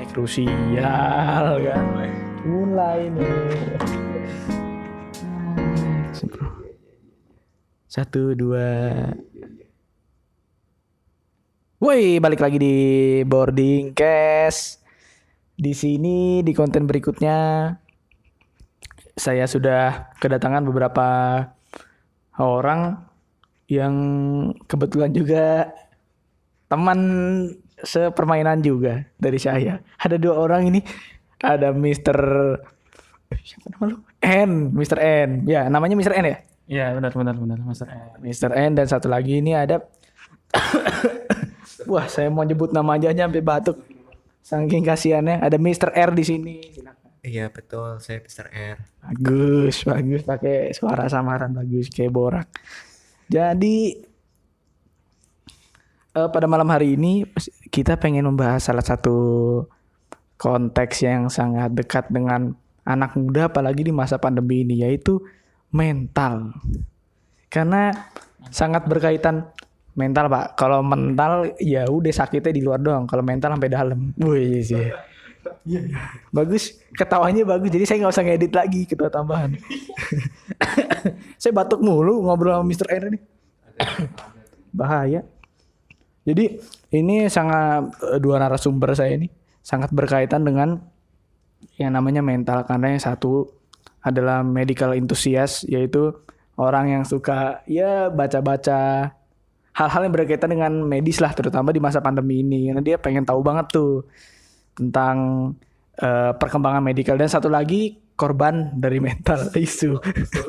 krusial kan. Mulai nih. Satu, dua. Woi, balik lagi di Boarding Cast. Di sini di konten berikutnya saya sudah kedatangan beberapa orang yang kebetulan juga teman sepermainan juga dari saya. Ada dua orang ini. Ada siapa nama lu? Mr. N. Ya, namanya Mr. N ya? Iya, benar Mr. N. Mr. N dan satu lagi ini ada wah, saya mau nyebut nama aja sampai batuk. Saking kasihannya ada Mr. R di sini. Silakan. Iya, betul. Saya Mr. R. Bagus pakai suara samaran bagus kayak Borak. Jadi pada malam hari ini kita pengen membahas salah satu konteks yang sangat dekat dengan anak muda apalagi di masa pandemi ini, yaitu mental. Karena sangat berkaitan mental, Pak. Kalau mental ya udah sakitnya di luar doang. Kalau mental sampai dalam. Wih sih. Bagus, ketawanya bagus. Jadi saya nggak usah ngedit lagi ketawa tambahan. Saya batuk mulu ngobrol sama Mr. R ini. Bahaya. Jadi ini sangat dua narasumber saya ini sangat berkaitan dengan yang namanya mental, karena yang satu adalah medical enthusiast, yaitu orang yang suka ya baca-baca hal-hal yang berkaitan dengan medis lah, terutama di masa pandemi ini, karena dia pengen tahu banget tuh tentang perkembangan medikal. Dan satu lagi korban dari mental isu.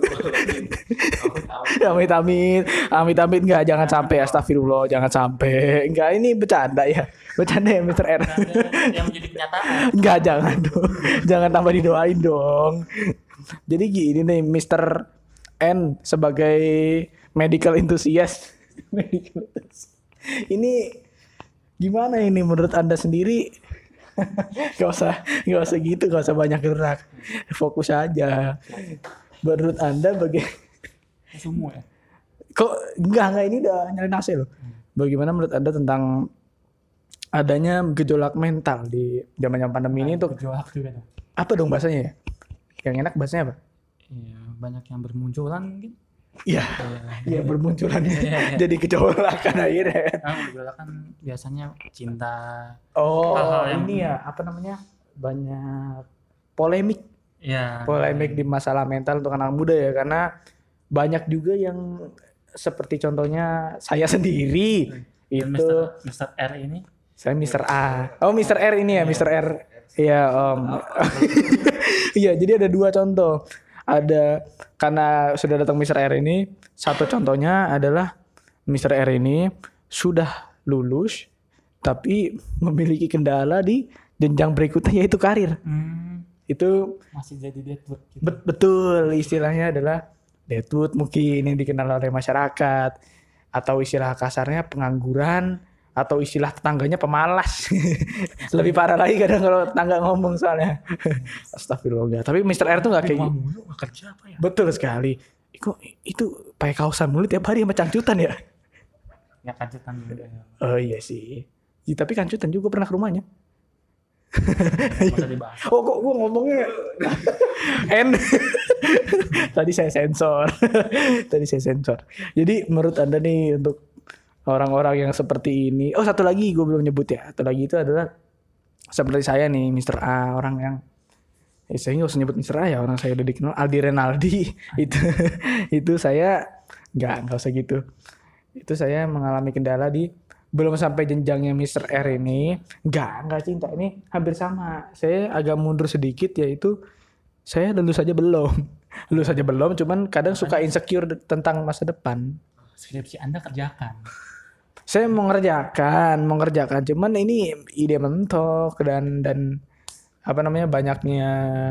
Amit-amit enggak, jangan sampai, astagfirullah, jangan sampai. Enggak, ini bercanda ya Mr. R. Yang menjadi kenyataan. Enggak, jangan dong. Jangan tambah didoain dong. Jadi gini nih, Mr. N sebagai medical enthusiast. Ini gimana ini menurut Anda sendiri? Gak usah gitu, gak usah banyak gerak. Fokus aja. Menurut Anda Semua ya? Kok enggak ini udah nyari nasi loh. Bagaimana menurut Anda tentang adanya gejolak mental di zaman pandemi ini untuk gejolak juga tuh. apa dong bahasanya ya? Yang enak bahasanya apa? Iya, banyak yang bermunculan mungkin. Iya. Iya, bermunculan jadi gejolak kan akhirnya. Gejolak kan biasanya cinta. Oh, hal-hal yang ini ya, apa namanya? Banyak polemik. Iya. Polemik di masalah mental untuk anak muda ya, karena banyak juga yang seperti contohnya saya sendiri itu Mr. R ini. Saya Mr. A. Oh, Mr. R ini ya, Mr. R. Iya, Om. Iya, jadi ada dua contoh. Ada karena sudah datang Mr. R ini, satu contohnya adalah Mr. R ini sudah lulus tapi memiliki kendala di jenjang berikutnya, yaitu karir. Itu Masih jadi deadwood gitu. Betul, istilahnya adalah deadwood mungkin yang dikenal oleh masyarakat, atau istilah kasarnya pengangguran, atau istilah tetangganya pemalas. Lebih parah lagi kadang kalau tetangga ngomong soalnya. Astagfirullah. Tapi Mr. R tuh gak kayak gitu. Kerja apa ya? Betul sekali. Itu pakai kausan mulu tiap hari sama cangcutan ya? Ya kancutan juga. Oh iya sih. Ya, tapi kancutan juga pernah ke rumahnya. Masa dibahas. Oh, kok gue ngomongnya N. Tadi saya sensor. Jadi menurut Anda nih, untuk orang-orang yang seperti ini. Oh, satu lagi gue belum nyebut ya. Satu lagi itu adalah seperti saya nih, Mr. A, orang yang saya nggak usah nyebut Mr. A ya, orang saya udah dikenal Aldi Renaldi. Itu saya nggak usah gitu. Itu saya mengalami kendala di belum sampai jenjangnya Mr. R ini. Nggak cinta, ini hampir sama. Saya agak mundur sedikit, yaitu saya lulus aja belum, cuman kadang suka insecure tentang masa depan. Skripsi Anda kerjakan. Saya mau ngerjakan, cuman ini ide mentok dan apa namanya, banyaknya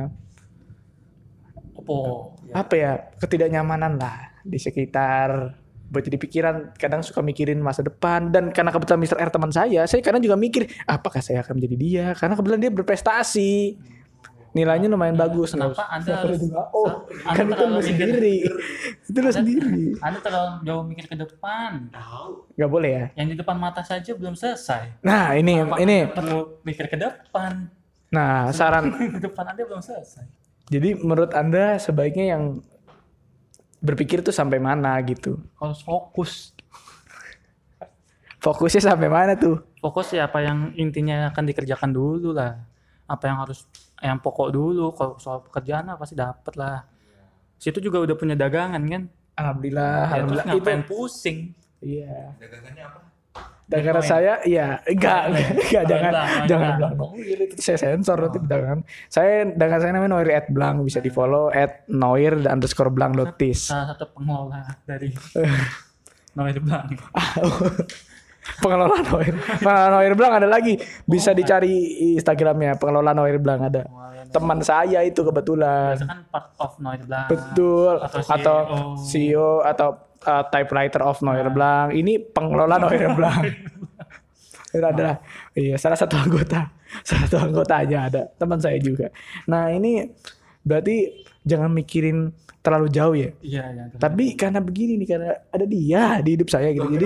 apa ya, ketidaknyamanan lah di sekitar. Buat jadi pikiran, kadang suka mikirin masa depan. Dan karena kebetulan Mr. R teman saya kadang juga mikir, apakah saya akan menjadi dia? Karena kebetulan dia berprestasi, nilainya lumayan bagus. Kenapa Anda harus? Kan itu lu sendiri. Itu lu sendiri. Anda terlalu jauh mikir ke depan. Gak boleh ya? Yang di depan mata saja belum selesai. Nah, ini Perlu mikir ke depan. Nah, saran Depan Anda belum selesai. jadi menurut Anda sebaiknya yang berpikir tuh sampai mana gitu. Harus fokus. Fokusnya sampai mana tuh? Fokus ya apa yang intinya akan dikerjakan dulu lah. Apa yang harus yang pokok dulu. Kalau soal pekerjaan lah pasti dapet lah. Situ juga udah punya dagangan kan. Alhamdulillah, Ya, terus alhamdulillah itu. ngapain pusing? Iya. Dagangannya apa? Dagangan saya iya, enggak jangan Blang, jangan Blang. Blang. Itu saya sensor nanti dagangan. Dagangan saya namanya Noir @blang, bisa di-follow @noir_blang.tis. Salah satu pengelola dari Noir Blanc. Pengelola Noir Blang ada lagi. Bisa dicari Instagramnya pengelola Noir Blang ada. Teman saya itu kebetulan. Biasa kan part of Noir Blanc. Betul. Atau Atau CEO atau typewriter of Noir Blanc. Ini pengelola Noir Blanc. Itu adalah iya salah satu anggota aja ada teman saya juga. Nah ini berarti jangan mikirin terlalu jauh ya. Iya, iya. Tapi karena begini nih, karena ada dia di hidup saya gitu. Jadi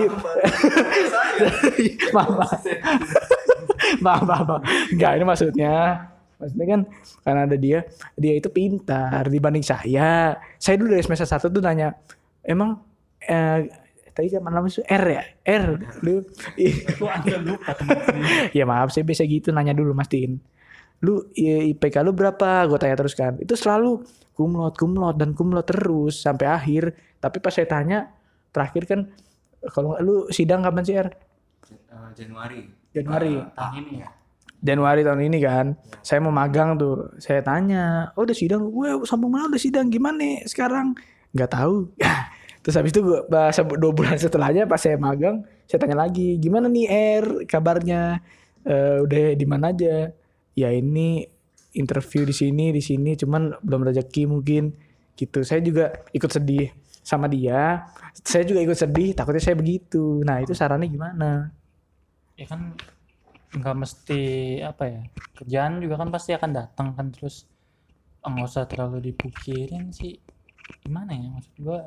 maaf. Enggak, ini maksudnya kan karena ada dia itu pintar dibanding saya. Saya dulu dari semester 1 tuh nanya, emang tadi zaman lama itu R ya? R lu. Aku Anda lupa teman-teman. Ya maaf, saya biasa gitu nanya dulu mastiin. Lu IPK lu berapa? Gue tanya terus kan. Itu selalu kumlot terus sampai akhir. Tapi pas saya tanya terakhir kan, kalau lu sidang kapan sih R? Januari. Tahun ini ya. Januari tahun ini kan. Saya mau magang tuh. Saya tanya, oh udah sidang? Gue sambung mana udah sidang? Gimana nih sekarang? Nggak tahu. Terus habis itu gue 2 bulan setelahnya pas saya magang, saya tanya lagi, gimana nih R kabarnya? Udah di mana aja? Ya ini interview di sini, cuman belum rezeki mungkin gitu. Saya juga ikut sedih sama dia. Saya juga ikut sedih, takutnya saya begitu. Nah itu sarannya gimana? Ya kan nggak mesti apa ya, kerjaan juga kan pasti akan datang kan, terus nggak usah terlalu dipikirin sih. Gimana ya, maksud gua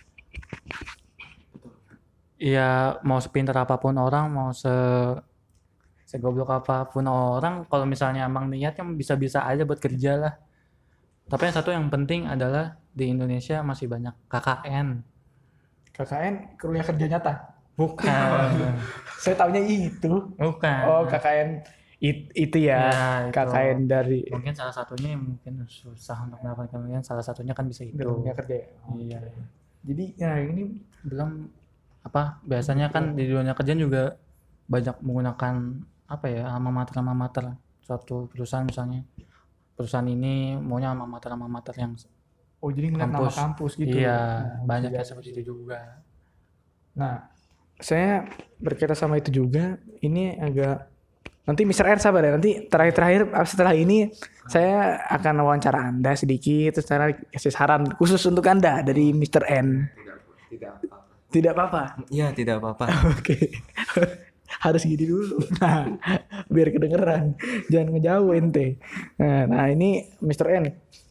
ya mau sepintar apapun orang, mau segoblok apapun orang, kalau misalnya emang niatnya bisa-bisa aja buat kerja lah. Tapi yang satu yang penting adalah di Indonesia masih banyak KKN. KKN kuliah kerja nyata? Bukan. Saya taunya itu. Bukan. Oh KKN itu ya, Ya, itu. KKN dari Mungkin salah satunya yang mungkin susah untuk mendapatkan kemudian salah satunya kan bisa itu. dunia kerja ya. Iya. Jadi ya ini Belum apa, biasanya kan di dunia kerjaan juga banyak menggunakan apa ya, alma mater suatu perusahaan, misalnya perusahaan ini maunya alma mater yang jadi ngeliat nama kampus gitu. Iya, Nah, banyak bisa yang seperti itu juga. Nah, saya berkaitan sama itu juga. Ini agak nanti Mr. R sabar ya. Nanti terakhir setelah ini saya akan wawancara Anda sedikit, terus saya kasih saran khusus untuk Anda dari Mr. N. Tidak apa-apa. Tidak apa-apa. Iya, tidak apa-apa. Oke. Harus gini dulu. Nah, biar kedengeran. Jangan ngejauh ente. Nah, ini Mr. N.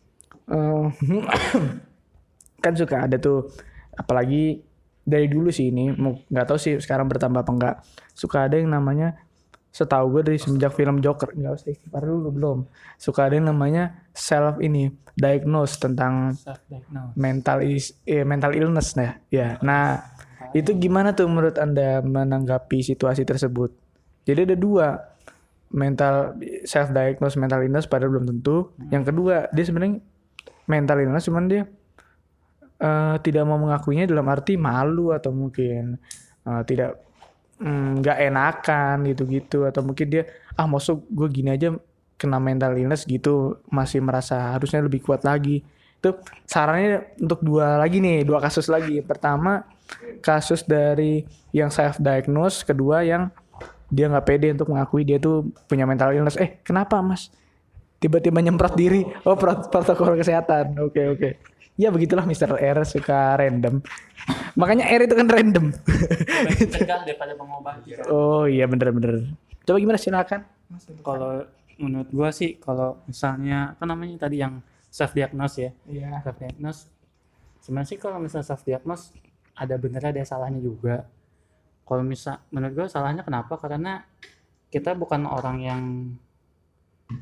Kan suka ada tuh, apalagi dari dulu sih ini, nggak tahu sih sekarang bertambah apa enggak. Suka ada yang namanya, setahu gue dari semenjak film Joker, nggak usah istighfar dulu belum. Suka ada yang namanya diagnose tentang Self-diagnose. mental illness ya. Nah, itu gimana tuh menurut Anda menanggapi situasi tersebut? Jadi ada 2, self diagnose mental illness padahal belum tentu. Yang kedua, dia sebenarnya mental illness cuman dia tidak mau mengakuinya dalam arti malu atau mungkin tidak nggak enakan gitu-gitu, atau mungkin dia masuk gue gini aja kena mental illness gitu, masih merasa harusnya lebih kuat lagi. Itu sarannya untuk 2 kasus lagi. Pertama kasus dari yang self diagnose, kedua yang dia nggak pede untuk mengakui dia tuh punya mental illness. Kenapa mas tiba-tiba nyemprot diri? Oh protokol kesehatan. Oke. Ya begitulah Mr. R suka random. Makanya R itu kan random. Cegah daripada mengobati. Oh iya bener. Coba gimana, silakan. Kalau menurut gua sih, kalau misalnya apa namanya tadi yang self diagnose ya. Iya. Self diagnose. Sebenarnya sih kalau misalnya self diagnose ada benernya ada salahnya juga. Kalau menurut gua salahnya kenapa? Karena kita bukan orang yang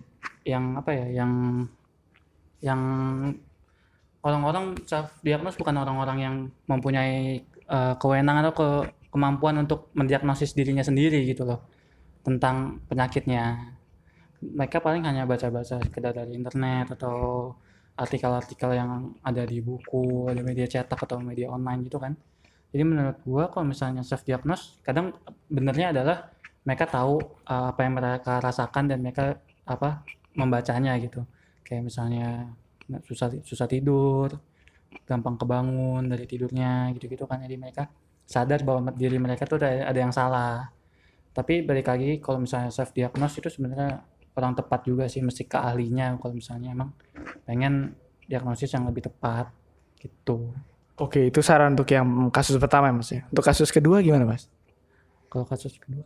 apa ya, yang orang-orang self diagnos bukan orang-orang yang mempunyai kewenangan atau kemampuan untuk mendiagnosis dirinya sendiri gitu loh tentang penyakitnya. Mereka paling hanya baca-baca sekedar dari internet atau artikel-artikel yang ada di buku, di media cetak atau media online gitu kan. Jadi menurut gua kalau misalnya self diagnose kadang benernya adalah mereka tahu apa yang mereka rasakan dan mereka membacanya gitu. Kayak misalnya susah tidur, gampang kebangun dari tidurnya gitu-gitu kan. Jadi mereka sadar bahwa diri mereka tuh ada yang salah. Tapi balik lagi kalau misalnya self diagnose itu sebenarnya kurang tepat juga sih, mesti ke ahlinya kalau misalnya emang pengen diagnosis yang lebih tepat gitu. Oke, itu saran untuk yang kasus pertama ya Mas ya. Untuk kasus kedua gimana Mas? Kalau kasus kedua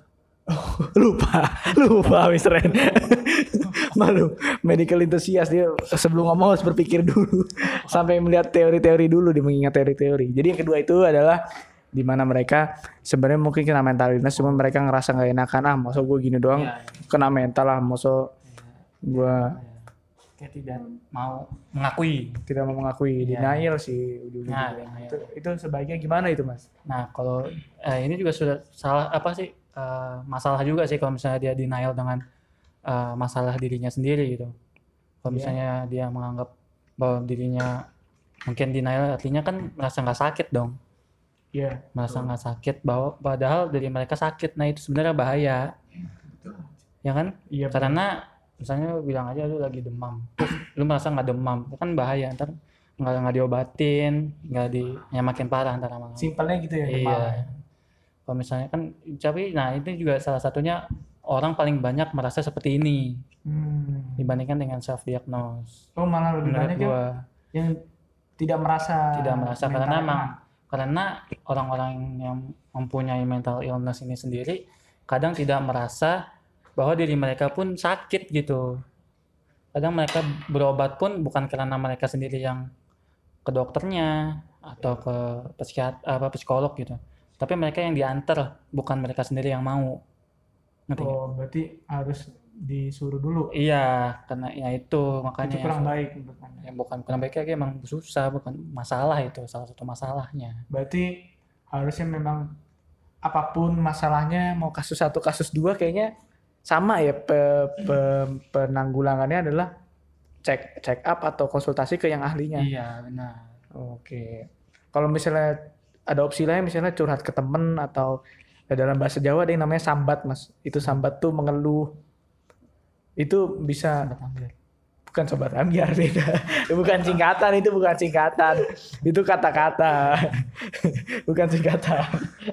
lupa Mr. N. Malu, medical enthusiast dia sebelum ngomong harus berpikir dulu sampai melihat teori-teori dulu, dia mengingat teori-teori. Jadi yang kedua itu adalah di mana mereka sebenarnya mungkin kena mental illness, cuma mereka ngerasa nggak enakan, masa gue gini doang kena mental lah, masa gue kayak tidak mau mengakui, denial sih ujung-ujungnya. Itu sebaiknya gimana itu Mas? Nah kalau ini juga sudah salah masalah juga sih kalau misalnya dia denial dengan masalah dirinya sendiri gitu. Kalau misalnya dia menganggap bahwa dirinya mungkin denial, artinya kan merasa nggak sakit dong. Merasa nggak sakit, bahwa padahal dari mereka sakit. Nah itu sebenarnya bahaya, ya kan? Karena misalnya bilang aja lu lagi demam, terus lu merasa nggak demam, itu kan bahaya. Ntar nggak diobatin, ya makin parah ntar lama-lama. Simpelnya gitu ya. Iya. Kalau misalnya kan, tapi nah itu juga salah satunya orang paling banyak merasa seperti ini dibandingkan dengan self diagnose. Oh malah lebih banyak yang tidak merasa karena orang-orang yang mempunyai mental illness ini sendiri kadang tidak merasa bahwa diri mereka pun sakit gitu. Kadang mereka berobat pun bukan karena mereka sendiri yang ke dokternya atau ke psikolog gitu, tapi mereka yang diantar, bukan mereka sendiri yang mau. Ngerti? Oh berarti harus disuruh dulu. Iya, karena ya itu makanya itu kurang baik. Ya bukan kurang baik, kayak emang susah, bukan masalah, itu salah satu masalahnya. Berarti harusnya memang apapun masalahnya, mau kasus 1 kasus 2 kayaknya sama ya, penanggulangannya adalah check up atau konsultasi ke yang ahlinya. Iya benar. Oke. Kalau misalnya ada opsi lain, misalnya curhat ke temen atau dalam bahasa Jawa ada yang namanya sambat Mas. Itu sambat tuh mengeluh. Itu bisa bukan sobat ambiar, beda. Bukan singkatan, itu bukan singkatan. Itu kata-kata. Bukan singkatan.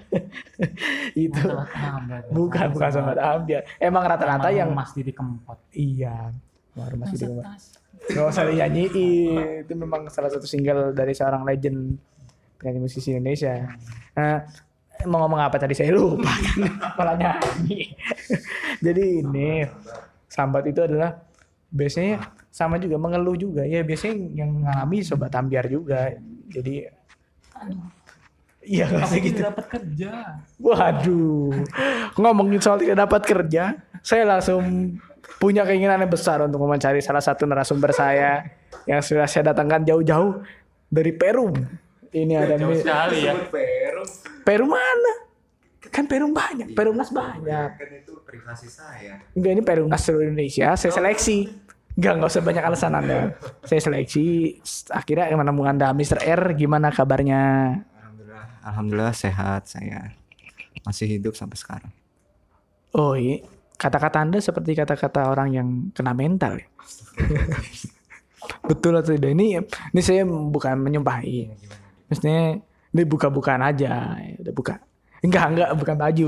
Itu bukan sobat ambiar. Emang rata-rata yang Mas Didi Kempot. Iya. Mas Didi Kempot. Gak usah dinyanyiin. Itu memang salah satu single dari seorang legend penyanyi musisi Indonesia. Mau ngomong apa tadi saya lupa kan. Malah nyanyi. Jadi ini sambat itu adalah biasanya sama juga, mengeluh juga ya, biasanya yang ngalami sobat ambiar juga. Jadi iya kayak gitu. Tidak dapat kerja. Waduh, ngomongin soal tidak dapat kerja, saya langsung punya keinginan yang besar untuk mencari salah satu narasumber saya yang sudah saya datangkan jauh-jauh dari Perum. Ini ada sekali ya. Perum mana? Kan Perum banyak, Perumnas banyak. Kan itu privasi saya. Enggak, ini Perumnas seluruh Indonesia, saya seleksi. Enggak usah banyak alasan Anda. Saya seleksi, akhirnya menemukan Anda. Mr. R, gimana kabarnya? Alhamdulillah sehat, saya masih hidup sampai sekarang. Oh iya, kata-kata Anda seperti kata-kata orang yang kena mental ya? Betul atau tidak? Ini saya bukan menyumpahi. Maksudnya ini buka-bukaan aja, udah buka. Enggak, bukan baju.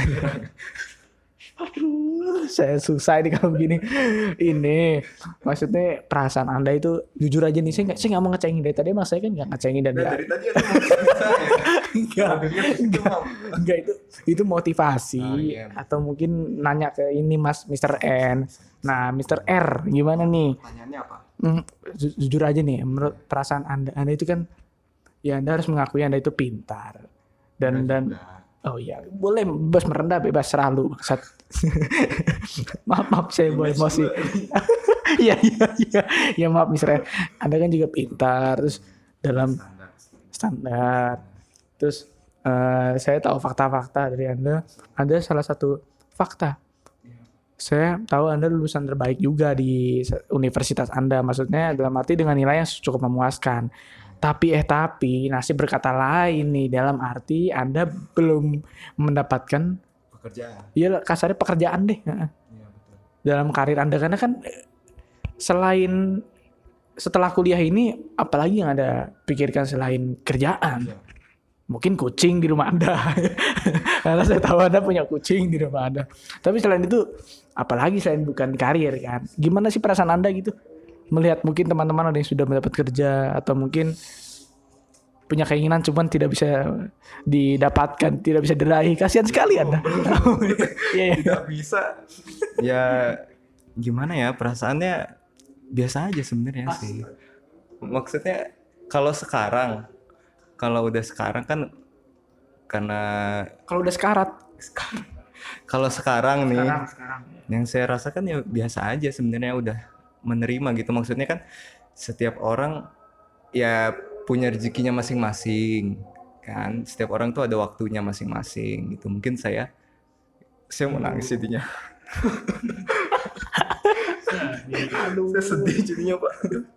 Aduh, saya susah ini kalau begini. Ini maksudnya perasaan Anda itu jujur aja nih, saya nggak mau ngecengin dari tadi, mas saya kan nggak ngecengin dan dari tadi aku mau enggak itu motivasi. Atau mungkin nanya ke ini Mas Mr. N. Nah Mr. R gimana nih? Pertanyaannya apa? Jujur aja nih, menurut perasaan Anda itu kan ya Anda harus mengakui Anda itu pintar dan oh iya, boleh bebas merendah, bebas selalu. Maaf saya bawa emosi. Iya iya iya. Ya maaf Mister. Anda kan juga pintar terus dalam standar. Terus saya tahu fakta-fakta dari Anda. Anda salah satu fakta. Saya tahu Anda lulusan terbaik juga di universitas Anda. Maksudnya dalam arti dengan nilai yang cukup memuaskan. Tapi nasib berkata lain nih dalam arti Anda belum mendapatkan Pekerjaan. ya kasarnya pekerjaan deh Iya betul. dalam karir Anda karena kan selain setelah kuliah ini apalagi yang Anda pikirkan selain kerjaan? Iya. Mungkin kucing di rumah Anda. Karena saya tahu Anda punya kucing di rumah Anda. Tapi selain itu apalagi selain bukan karir kan? Gimana sih perasaan Anda gitu? Melihat mungkin teman-teman ada yang sudah mendapat kerja atau mungkin punya keinginan cuman tidak bisa didapatkan, tidak bisa diraih. Kasihan sekali Anda. Iya, iya. Tidak bisa. Ya gimana ya, perasaannya biasa aja sebenarnya sih. Maksudnya kalau udah sekarang kan karena Kalau udah sekarat. kalau sekarang nih Sekarang. yang saya rasakan ya biasa aja sebenarnya, udah menerima gitu. Maksudnya kan setiap orang ya punya rezekinya masing-masing kan. Setiap orang tuh ada waktunya masing-masing gitu. Mungkin saya mau nangis jadinya. Aduh. Saya sedih jadinya, Pak.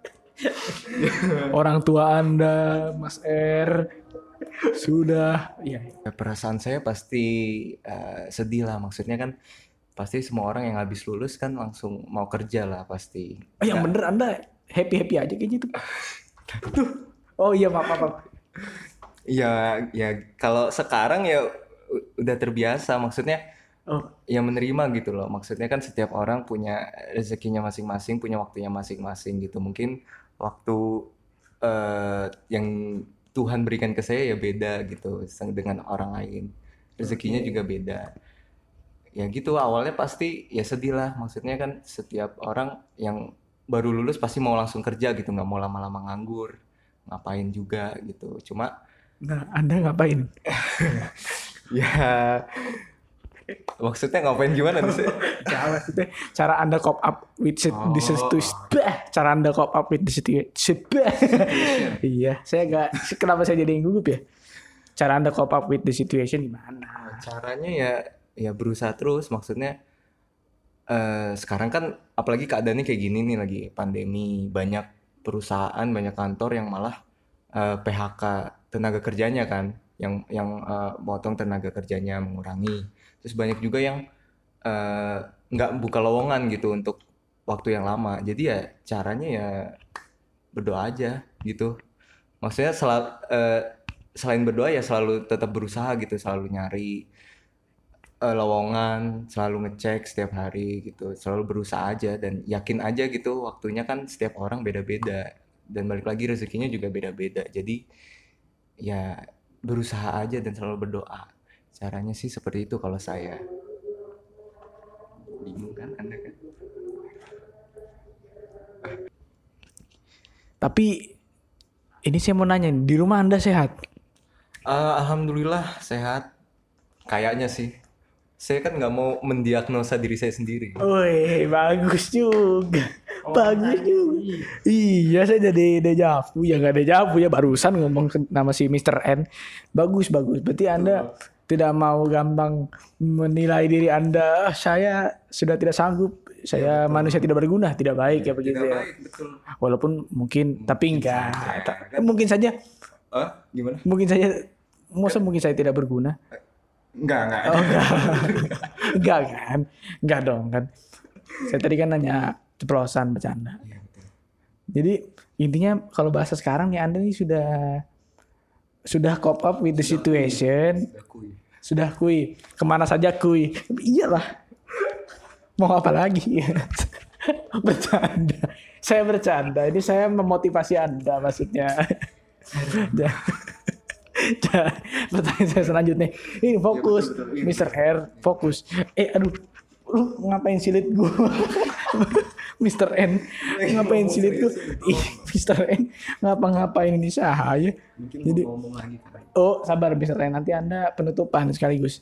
Orang tua Anda, Mas R, sudah. Iya. Ya, perasaan saya pasti sedih lah. Maksudnya kan pasti semua orang yang habis lulus kan langsung mau kerja lah pasti. Yang bener Anda happy-happy aja kayak gitu. Oh iya maaf. Ya kalau sekarang ya udah terbiasa. Maksudnya Oh, ya menerima gitu loh. Maksudnya kan setiap orang punya rezekinya masing-masing, punya waktunya masing-masing gitu. Mungkin waktu yang Tuhan berikan ke saya ya beda gitu dengan orang lain. Rezekinya juga beda. Ya gitu, awalnya pasti ya sedih lah. Maksudnya kan setiap orang yang baru lulus pasti mau langsung kerja gitu, nggak mau lama-lama nganggur, ngapain juga gitu. Cuma nah Anda ngapain? ya maksudnya ngapain gimana sih? Jangan maksudnya cara Anda cope up with the situation. Cara Anda cope up with the situation. Iya, saya agak kenapa saya jadi yang gugup ya? Cara Anda cope up with the situation gimana? Caranya ya berusaha terus. Maksudnya sekarang kan apalagi keadaannya kayak gini nih, lagi pandemi, banyak perusahaan, banyak kantor yang malah PHK tenaga kerjanya kan, yang motong tenaga kerjanya, mengurangi. Terus banyak juga yang nggak buka lowongan gitu untuk waktu yang lama. Jadi ya caranya ya berdoa aja gitu. Maksudnya selain berdoa ya selalu tetap berusaha gitu, selalu nyari lowongan, selalu ngecek setiap hari gitu, selalu berusaha aja dan yakin aja gitu. Waktunya kan setiap orang beda-beda dan balik lagi rezekinya juga beda-beda. Jadi ya berusaha aja dan selalu berdoa. Caranya sih seperti itu kalau saya. Bingung kan Anda kan? Tapi ini saya mau nanya, di rumah Anda sehat? Alhamdulillah sehat. Kayaknya sih. Saya kan nggak mau mendiagnosa diri saya sendiri. Wih, bagus juga. Bagus juga. Iya, saya jadi dejavu. Ya nggak dejavu ya, barusan ngomong nama si Mr. N. Bagus. Berarti Anda tidak mau gampang menilai diri Anda. Saya sudah tidak sanggup. Saya manusia tidak berguna, tidak baik ya begitu Tidak ya. baik, betul. Walaupun mungkin, tapi enggak. saja, Mungkin saja, Gimana? mungkin saya tidak berguna. Enggak. Oh enggak. Enggak kan? Enggak dong kan. Saya tadi kan nanya ceplosan bercanda. Iya, betul. Jadi intinya kalau bahasa sekarang nih Anda nih sudah cope up with the situation. Sudah kui. Kemana saja kui. Iyalah. Mau apa lagi? Bercanda. Saya bercanda. Ini saya memotivasi Anda maksudnya. Pertanyaan saya selanjutnya. Ini fokus, betul. Mr. R, fokus. Aduh, lu ngapain silit gua? Mr. N, ngapain silit gua? Mr. N, ngapa-ngapain ini saya? Jadi, ngomong lagi kan. oh sabar Mr. N, nanti Anda penutupan sekaligus.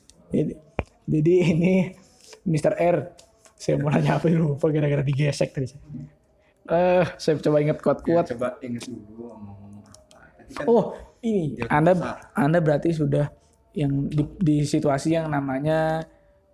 Jadi ini Mr. R, saya mau nanya apa lupa gara-gara digesek tadi. Saya coba ingat kuat-kuat. Coba ingat dulu ngomong apa. Tadi kan Oh, ini Anda berarti sudah yang di situasi yang namanya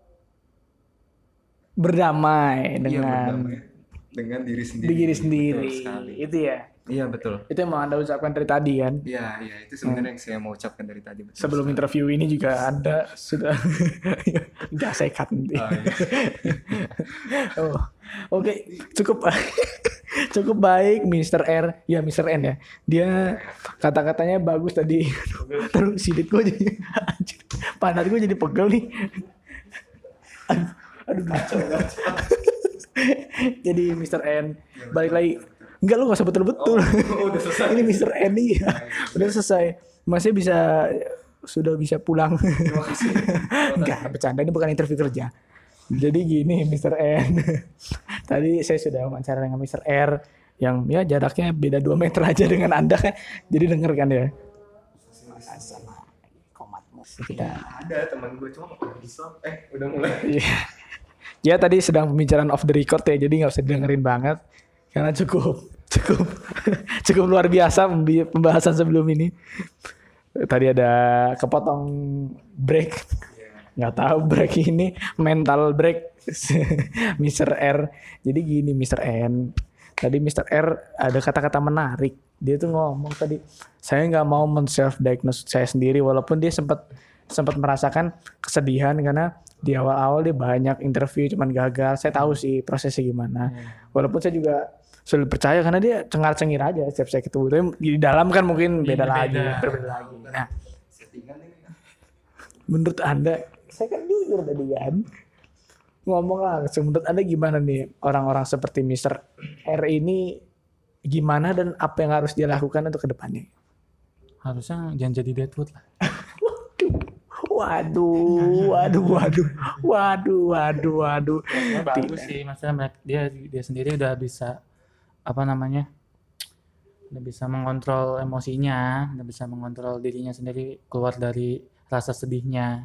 berdamai dengan berdamai dengan diri sendiri. diri sendiri. Betul sekali. Itu ya. Iya betul. Itu yang mau Anda ucapkan dari tadi kan. Iya itu sebenarnya yang saya mau ucapkan dari tadi. Betul. Sebelum interview ini juga Anda sudah nggak sekat nanti. Oh, iya. Oh, oke, cukup baik Mr. R. Ya Mr. N ya. Dia kata-katanya bagus tadi. Terus sidik gue jadi anjir. Pantat gue jadi pegel nih. Aduh kacau. Jadi Mr. N balik lagi. Enggak, lu gak usah betul-betul. Udah selesai. Ini Mr. N nih ya. Udah selesai. Masnya sudah bisa pulang. Terima kasih. Enggak, bercanda, ini bukan interview kerja. Jadi gini Mr. N. Tadi saya sudah wawancara dengan Mr. R yang ya jaraknya beda 2 meter aja dengan Anda kan. Jadi denger kan ya. Sama komat musik kita. Ada teman gue cuma nggak bisa. Udah mulai. Iya. Ya tadi sedang pembicaraan off the record ya, jadi nggak usah dengerin banget karena cukup luar biasa pembahasan sebelum ini. Tadi ada kepotong break, nggak tahu break ini mental break Mr. R. Jadi gini Mr. N, tadi Mr. R ada kata-kata menarik. Dia tuh ngomong tadi, saya nggak mau men-self diagnose saya sendiri, walaupun dia sempat merasakan kesedihan karena di awal-awal dia banyak interview cuman gagal. Saya tahu sih prosesnya gimana. Walaupun saya juga sulit percaya karena dia cengar-cengir aja setiap saya ketemu. Tapi di dalam kan mungkin berbeda lagi. Nah, menurut Anda, saya kan jujur tadi kan. Ngomong langsung, menurut Anda gimana nih orang-orang seperti Mr. R ini gimana dan apa yang harus dia lakukan untuk kedepannya? Harusnya jangan jadi Deadwood lah. Waduh. Ya, bagus sih, maksudnya dia sendiri udah bisa udah bisa mengontrol emosinya, udah bisa mengontrol dirinya sendiri keluar dari rasa sedihnya.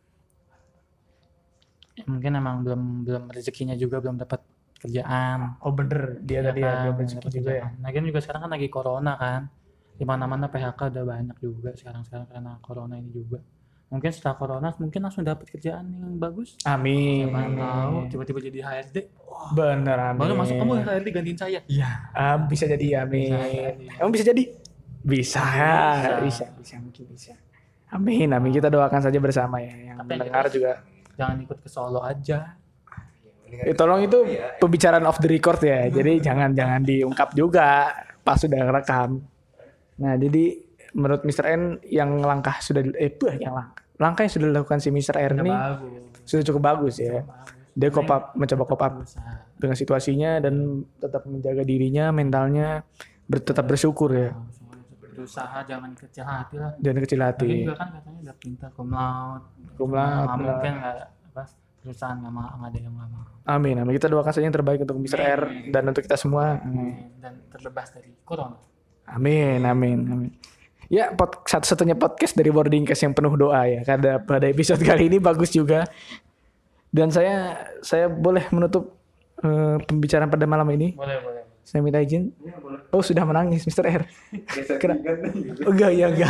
Ya, mungkin emang belum rezekinya juga, belum dapat kerjaan. Oh bener, dia Ya tadi kan, belum rezeki juga ya. Lagian juga sekarang kan lagi corona kan, di mana-mana PHK udah banyak juga sekarang karena corona ini juga. Mungkin setelah corona mungkin langsung dapat kerjaan yang bagus. Amin. Siapa tahu tiba-tiba jadi HRD. Bener, amin. Baru masuk kamu HRD gantiin saya. Iya. Bisa jadi, amin. Bisa jadi. Emang bisa jadi? Bisa. Mungkin bisa. Amin. Kita doakan saja bersama ya. Yang Tapi mendengar kita juga. Jangan ikut ke Solo aja. Tolong itu pembicaraan off the record ya. Jadi jangan diungkap juga pas sudah rekam. Nah, jadi menurut Mr. N yang langkah yang sudah dilakukan si Mr. R ini sudah cukup bagus ya. Dia mencoba cope up dengan situasinya dan tetap menjaga dirinya, mentalnya, tetap bersyukur ya. Berusaha, jangan kecil hati lah. Jangan kecil hati. Tapi juga kan katanya udah pintar, cum laude. Nggak mungkin perusahaan nggak ada yang nggak mau. Amin. Kita doakan saja yang terbaik untuk Mr. R dan untuk kita semua. Dan terbebas dari corona. Amin. Ya, satu-satunya podcast dari Boardingcast yang penuh doa ya. Karena pada episode kali ini bagus juga. Dan saya boleh menutup pembicaraan pada malam ini. Boleh. Saya minta izin. Oh, sudah menangis Mr. R. Enggak.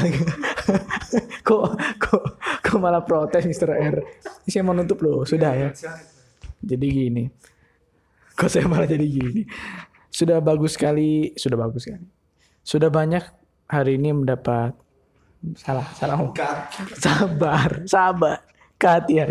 Kok malah protes Mr. R. Ini saya mau nutup loh, sudah ya. Jadi gini. Kok saya malah jadi gini. Sudah bagus sekali. Sudah banyak hari ini mendapat salah. Sabar. Cut ya.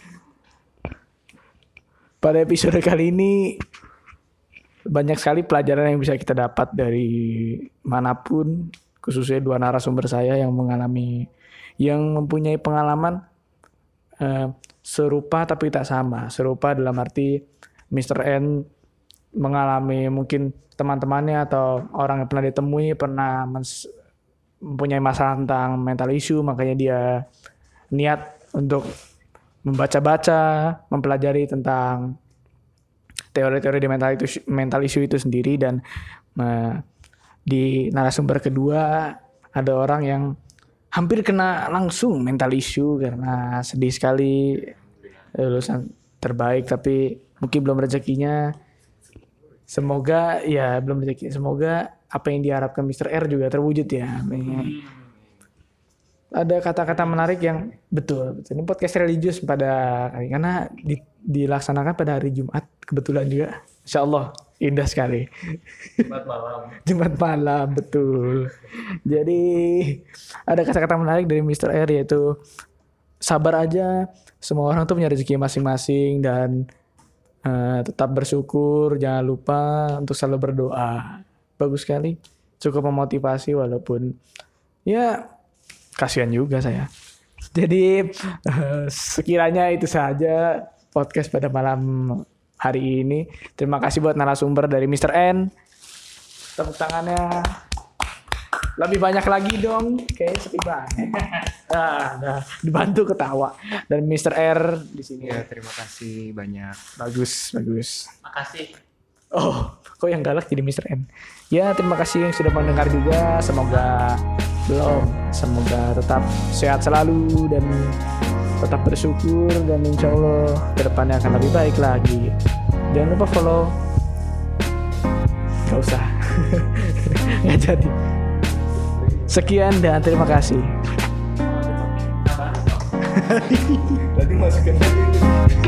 Pada episode kali ini banyak sekali pelajaran yang bisa kita dapat dari manapun, khususnya 2 narasumber saya yang mempunyai pengalaman serupa tapi tak sama. Serupa dalam arti Mr. N mengalami mungkin teman-temannya atau orang yang pernah ditemui pernah mempunyai masalah tentang mental issue, makanya dia niat untuk membaca-baca, mempelajari tentang teori-teori di mental issue itu sendiri. Dan di narasumber kedua ada orang yang hampir kena langsung mental issue karena sedih sekali, lulusan terbaik tapi mungkin belum rezekinya. Semoga ya belum rezeki. Semoga apa yang diharapkan Mr. R juga terwujud ya. Ada kata-kata menarik yang betul. Ini podcast religius pada kali karena dilaksanakan pada hari Jumat kebetulan juga. Insya Allah indah sekali. Jumat malam betul. Jadi ada kata-kata menarik dari Mr. R yaitu sabar aja. Semua orang tuh punya rezeki masing-masing dan tetap bersyukur. Jangan lupa untuk selalu berdoa. Bagus sekali. Cukup memotivasi walaupun ya kasihan juga saya. Jadi sekiranya itu saja podcast pada malam hari ini. Terima kasih buat narasumber dari Mr. N. Tepuk tangannya. Lebih banyak lagi dong. Kayaknya sepi banget. Nah, dibantu ketawa. Dan Mr. R di sini. Ya, terima kasih banyak. Bagus. Makasih. Oh, kok yang galak jadi Mr. N. Ya, terima kasih yang sudah mendengar juga. Semoga tetap sehat selalu dan tetap bersyukur dan insya Allah kedepannya akan lebih baik lagi. Jangan lupa follow. Gak usah. Gak jadi. Sekian dan terima kasih. Tadi masukin lagi.